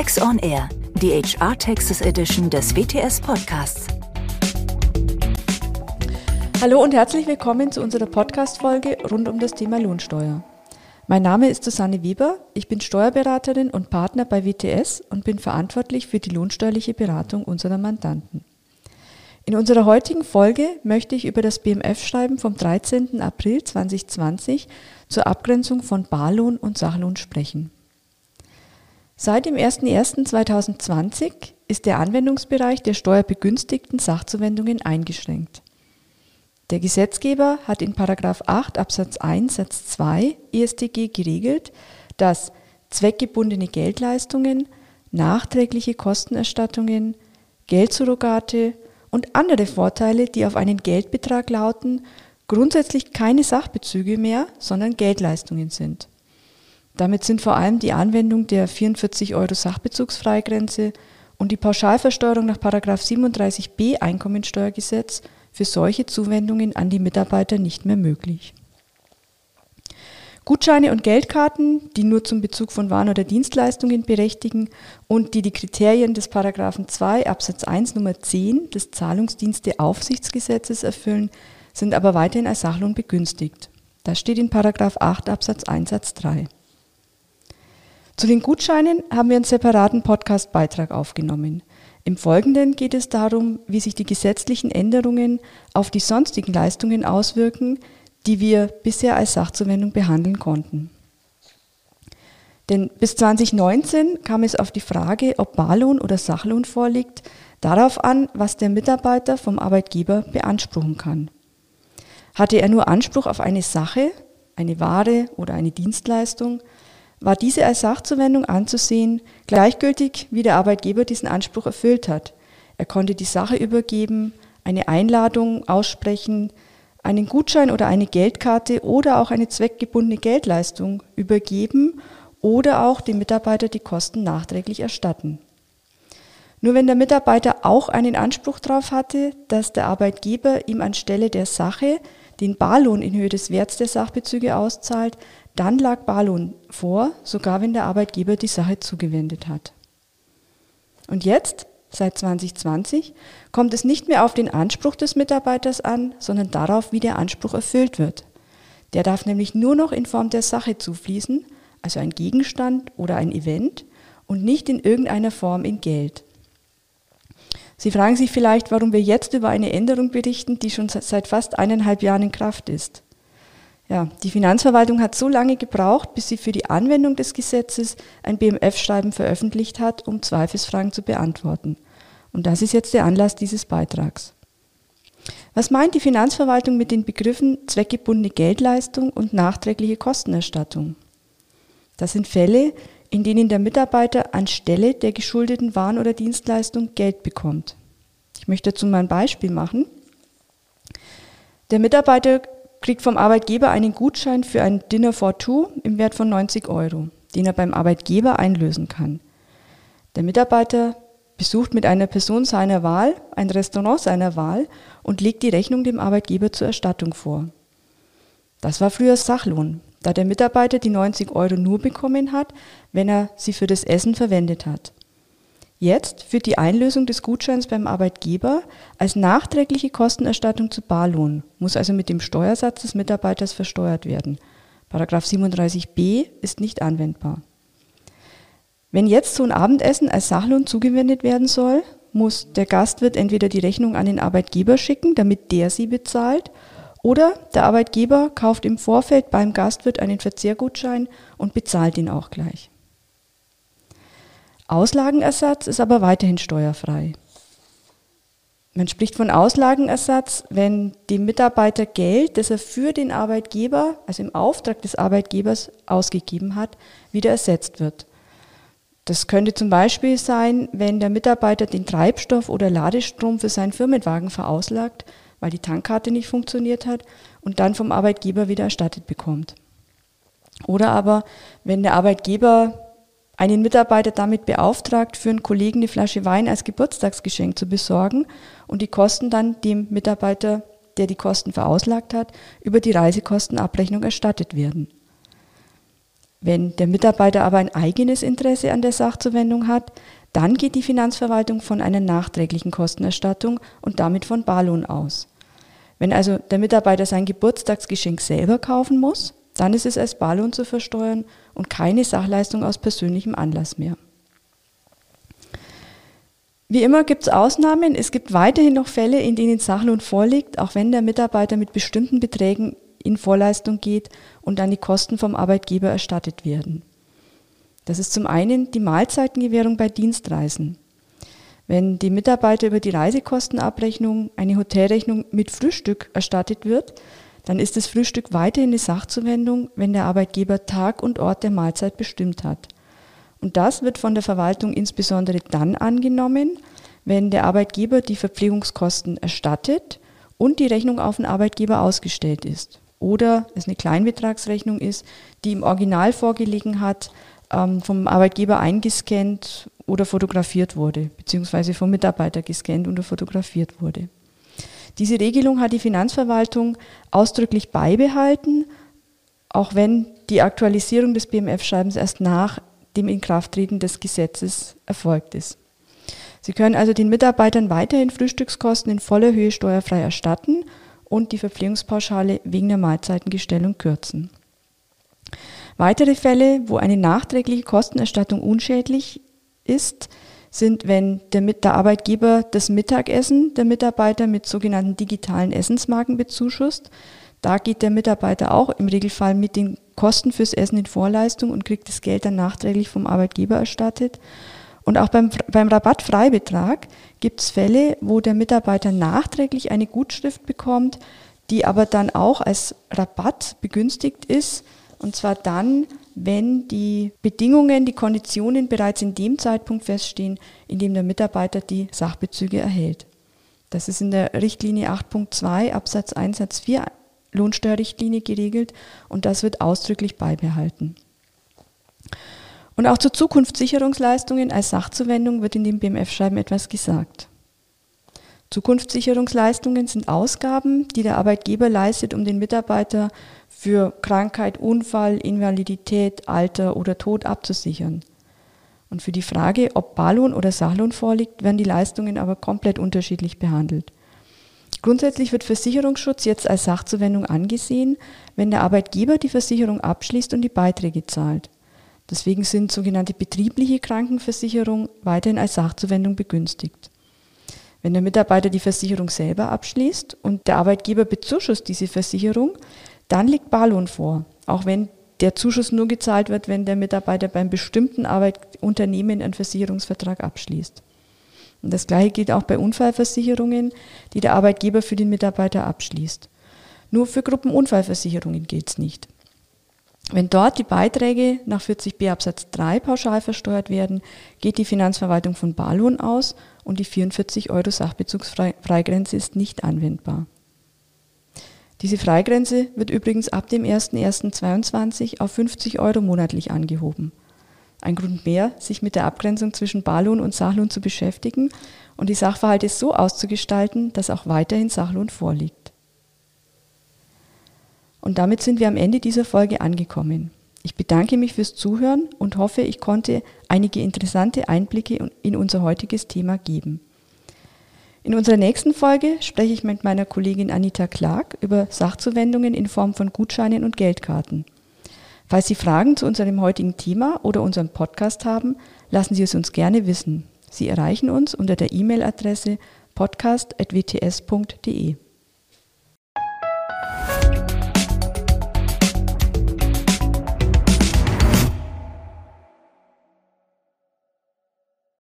Tax on Air, die HR Taxes Edition des WTS Podcasts. Hallo und herzlich willkommen zu unserer Podcast-Folge rund um das Thema Lohnsteuer. Mein Name ist Susanne Weber, ich bin Steuerberaterin und Partner bei WTS und bin verantwortlich für die lohnsteuerliche Beratung unserer Mandanten. In unserer heutigen Folge möchte ich über das BMF-Schreiben vom 13. April 2020 zur Abgrenzung von Barlohn und Sachlohn sprechen. Seit dem 01.01.2020 ist der Anwendungsbereich der steuerbegünstigten Sachzuwendungen eingeschränkt. Der Gesetzgeber hat in § 8 Absatz 1 Satz 2 EStG geregelt, dass zweckgebundene Geldleistungen, nachträgliche Kostenerstattungen, Geldsurrogate und andere Vorteile, die auf einen Geldbetrag lauten, grundsätzlich keine Sachbezüge mehr, sondern Geldleistungen sind. Damit sind vor allem die Anwendung der 44 € Sachbezugsfreigrenze und die Pauschalversteuerung nach § 37b Einkommensteuergesetz für solche Zuwendungen an die Mitarbeiter nicht mehr möglich. Gutscheine und Geldkarten, die nur zum Bezug von Waren oder Dienstleistungen berechtigen und die Kriterien des § 2 Absatz 1 Nummer 10 des Zahlungsdiensteaufsichtsgesetzes erfüllen, sind aber weiterhin als Sachlohn begünstigt. Das steht in § 8 Absatz 1 Satz 3. Zu den Gutscheinen haben wir einen separaten Podcast-Beitrag aufgenommen. Im Folgenden geht es darum, wie sich die gesetzlichen Änderungen auf die sonstigen Leistungen auswirken, die wir bisher als Sachzuwendung behandeln konnten. Denn bis 2019 kam es auf die Frage, ob Barlohn oder Sachlohn vorliegt, darauf an, was der Mitarbeiter vom Arbeitgeber beanspruchen kann. Hatte er nur Anspruch auf eine Sache, eine Ware oder eine Dienstleistung, war diese als Sachzuwendung anzusehen, gleichgültig wie der Arbeitgeber diesen Anspruch erfüllt hat. Er konnte die Sache übergeben, eine Einladung aussprechen, einen Gutschein oder eine Geldkarte oder auch eine zweckgebundene Geldleistung übergeben oder auch dem Mitarbeiter die Kosten nachträglich erstatten. Nur wenn der Mitarbeiter auch einen Anspruch darauf hatte, dass der Arbeitgeber ihm anstelle der Sache den Barlohn in Höhe des Werts der Sachbezüge auszahlt, dann lag Barlohn vor, sogar wenn der Arbeitgeber die Sache zugewendet hat. Und jetzt, seit 2020, kommt es nicht mehr auf den Anspruch des Mitarbeiters an, sondern darauf, wie der Anspruch erfüllt wird. Der darf nämlich nur noch in Form der Sache zufließen, also ein Gegenstand oder ein Event, und nicht in irgendeiner Form in Geld. Sie fragen sich vielleicht, warum wir jetzt über eine Änderung berichten, die schon seit fast 1,5 Jahren in Kraft ist. Ja, die Finanzverwaltung hat so lange gebraucht, bis sie für die Anwendung des Gesetzes ein BMF-Schreiben veröffentlicht hat, um Zweifelsfragen zu beantworten. Und das ist jetzt der Anlass dieses Beitrags. Was meint die Finanzverwaltung mit den Begriffen zweckgebundene Geldleistung und nachträgliche Kostenerstattung? Das sind Fälle, in denen der Mitarbeiter anstelle der geschuldeten Waren oder Dienstleistung Geld bekommt. Ich möchte dazu mal ein Beispiel machen. Der Mitarbeiter kriegt vom Arbeitgeber einen Gutschein für ein Dinner for Two im Wert von 90 €, den er beim Arbeitgeber einlösen kann. Der Mitarbeiter besucht mit einer Person seiner Wahl ein Restaurant seiner Wahl und legt die Rechnung dem Arbeitgeber zur Erstattung vor. Das war früher Sachlohn, da der Mitarbeiter die 90 € nur bekommen hat, wenn er sie für das Essen verwendet hat. Jetzt führt die Einlösung des Gutscheins beim Arbeitgeber als nachträgliche Kostenerstattung zu Barlohn, muss also mit dem Steuersatz des Mitarbeiters versteuert werden. § 37b ist nicht anwendbar. Wenn jetzt so ein Abendessen als Sachlohn zugewendet werden soll, muss der Gastwirt entweder die Rechnung an den Arbeitgeber schicken, damit der sie bezahlt, oder der Arbeitgeber kauft im Vorfeld beim Gastwirt einen Verzehrgutschein und bezahlt ihn auch gleich. Auslagenersatz ist aber weiterhin steuerfrei. Man spricht von Auslagenersatz, wenn dem Mitarbeiter Geld, das er für den Arbeitgeber, also im Auftrag des Arbeitgebers ausgegeben hat, wieder ersetzt wird. Das könnte zum Beispiel sein, wenn der Mitarbeiter den Treibstoff oder Ladestrom für seinen Firmenwagen verauslagt, weil die Tankkarte nicht funktioniert hat und dann vom Arbeitgeber wieder erstattet bekommt. Oder aber, wenn der Arbeitgeber einen Mitarbeiter damit beauftragt, für einen Kollegen eine Flasche Wein als Geburtstagsgeschenk zu besorgen und die Kosten dann dem Mitarbeiter, der die Kosten verauslagt hat, über die Reisekostenabrechnung erstattet werden. Wenn der Mitarbeiter aber ein eigenes Interesse an der Sachzuwendung hat, dann geht die Finanzverwaltung von einer nachträglichen Kostenerstattung und damit von Barlohn aus. Wenn also der Mitarbeiter sein Geburtstagsgeschenk selber kaufen muss, dann ist es als Barlohn zu versteuern und keine Sachleistung aus persönlichem Anlass mehr. Wie immer gibt es Ausnahmen. Es gibt weiterhin noch Fälle, in denen Sachlohn vorliegt, auch wenn der Mitarbeiter mit bestimmten Beträgen in Vorleistung geht und dann die Kosten vom Arbeitgeber erstattet werden. Das ist zum einen die Mahlzeitengewährung bei Dienstreisen. Wenn dem Mitarbeiter über die Reisekostenabrechnung eine Hotelrechnung mit Frühstück erstattet wird, dann ist das Frühstück weiterhin eine Sachzuwendung, wenn der Arbeitgeber Tag und Ort der Mahlzeit bestimmt hat. Und das wird von der Verwaltung insbesondere dann angenommen, wenn der Arbeitgeber die Verpflegungskosten erstattet und die Rechnung auf den Arbeitgeber ausgestellt ist. Oder es eine Kleinbetragsrechnung ist, die im Original vorgelegen hat, vom Arbeitgeber eingescannt oder fotografiert wurde, beziehungsweise vom Mitarbeiter gescannt oder fotografiert wurde. Diese Regelung hat die Finanzverwaltung ausdrücklich beibehalten, auch wenn die Aktualisierung des BMF-Schreibens erst nach dem Inkrafttreten des Gesetzes erfolgt ist. Sie können also den Mitarbeitern weiterhin Frühstückskosten in voller Höhe steuerfrei erstatten und die Verpflegungspauschale wegen der Mahlzeitengestellung kürzen. Weitere Fälle, wo eine nachträgliche Kostenerstattung unschädlich ist, sind, wenn der Arbeitgeber das Mittagessen der Mitarbeiter mit sogenannten digitalen Essensmarken bezuschusst. Da geht der Mitarbeiter auch im Regelfall mit den Kosten fürs Essen in Vorleistung und kriegt das Geld dann nachträglich vom Arbeitgeber erstattet. Und auch beim Rabattfreibetrag gibt es Fälle, wo der Mitarbeiter nachträglich eine Gutschrift bekommt, die aber dann auch als Rabatt begünstigt ist. Und zwar dann, wenn die Bedingungen, die Konditionen bereits in dem Zeitpunkt feststehen, in dem der Mitarbeiter die Sachbezüge erhält. Das ist in der Richtlinie 8.2 Absatz 1 Satz 4 Lohnsteuerrichtlinie geregelt und das wird ausdrücklich beibehalten. Und auch zu Zukunftssicherungsleistungen als Sachzuwendung wird in dem BMF-Schreiben etwas gesagt. Zukunftssicherungsleistungen sind Ausgaben, die der Arbeitgeber leistet, um den Mitarbeiter für Krankheit, Unfall, Invalidität, Alter oder Tod abzusichern. Und für die Frage, ob Barlohn oder Sachlohn vorliegt, werden die Leistungen aber komplett unterschiedlich behandelt. Grundsätzlich wird Versicherungsschutz jetzt als Sachzuwendung angesehen, wenn der Arbeitgeber die Versicherung abschließt und die Beiträge zahlt. Deswegen sind sogenannte betriebliche Krankenversicherung weiterhin als Sachzuwendung begünstigt. Wenn der Mitarbeiter die Versicherung selber abschließt und der Arbeitgeber bezuschusst diese Versicherung, dann liegt Barlohn vor, auch wenn der Zuschuss nur gezahlt wird, wenn der Mitarbeiter beim bestimmten Unternehmen einen Versicherungsvertrag abschließt. Und das Gleiche gilt auch bei Unfallversicherungen, die der Arbeitgeber für den Mitarbeiter abschließt. Nur für Gruppenunfallversicherungen gilt es nicht. Wenn dort die Beiträge nach 40b Absatz 3 pauschal versteuert werden, geht die Finanzverwaltung von Barlohn aus und die 44 € Sachbezugsfreigrenze ist nicht anwendbar. Diese Freigrenze wird übrigens ab dem 01.01.2022 auf 50 € monatlich angehoben. Ein Grund mehr, sich mit der Abgrenzung zwischen Barlohn und Sachlohn zu beschäftigen und die Sachverhalte so auszugestalten, dass auch weiterhin Sachlohn vorliegt. Und damit sind wir am Ende dieser Folge angekommen. Ich bedanke mich fürs Zuhören und hoffe, ich konnte einige interessante Einblicke in unser heutiges Thema geben. In unserer nächsten Folge spreche ich mit meiner Kollegin Anita Clark über Sachzuwendungen in Form von Gutscheinen und Geldkarten. Falls Sie Fragen zu unserem heutigen Thema oder unserem Podcast haben, lassen Sie es uns gerne wissen. Sie erreichen uns unter der E-Mail-Adresse podcast@wts.de.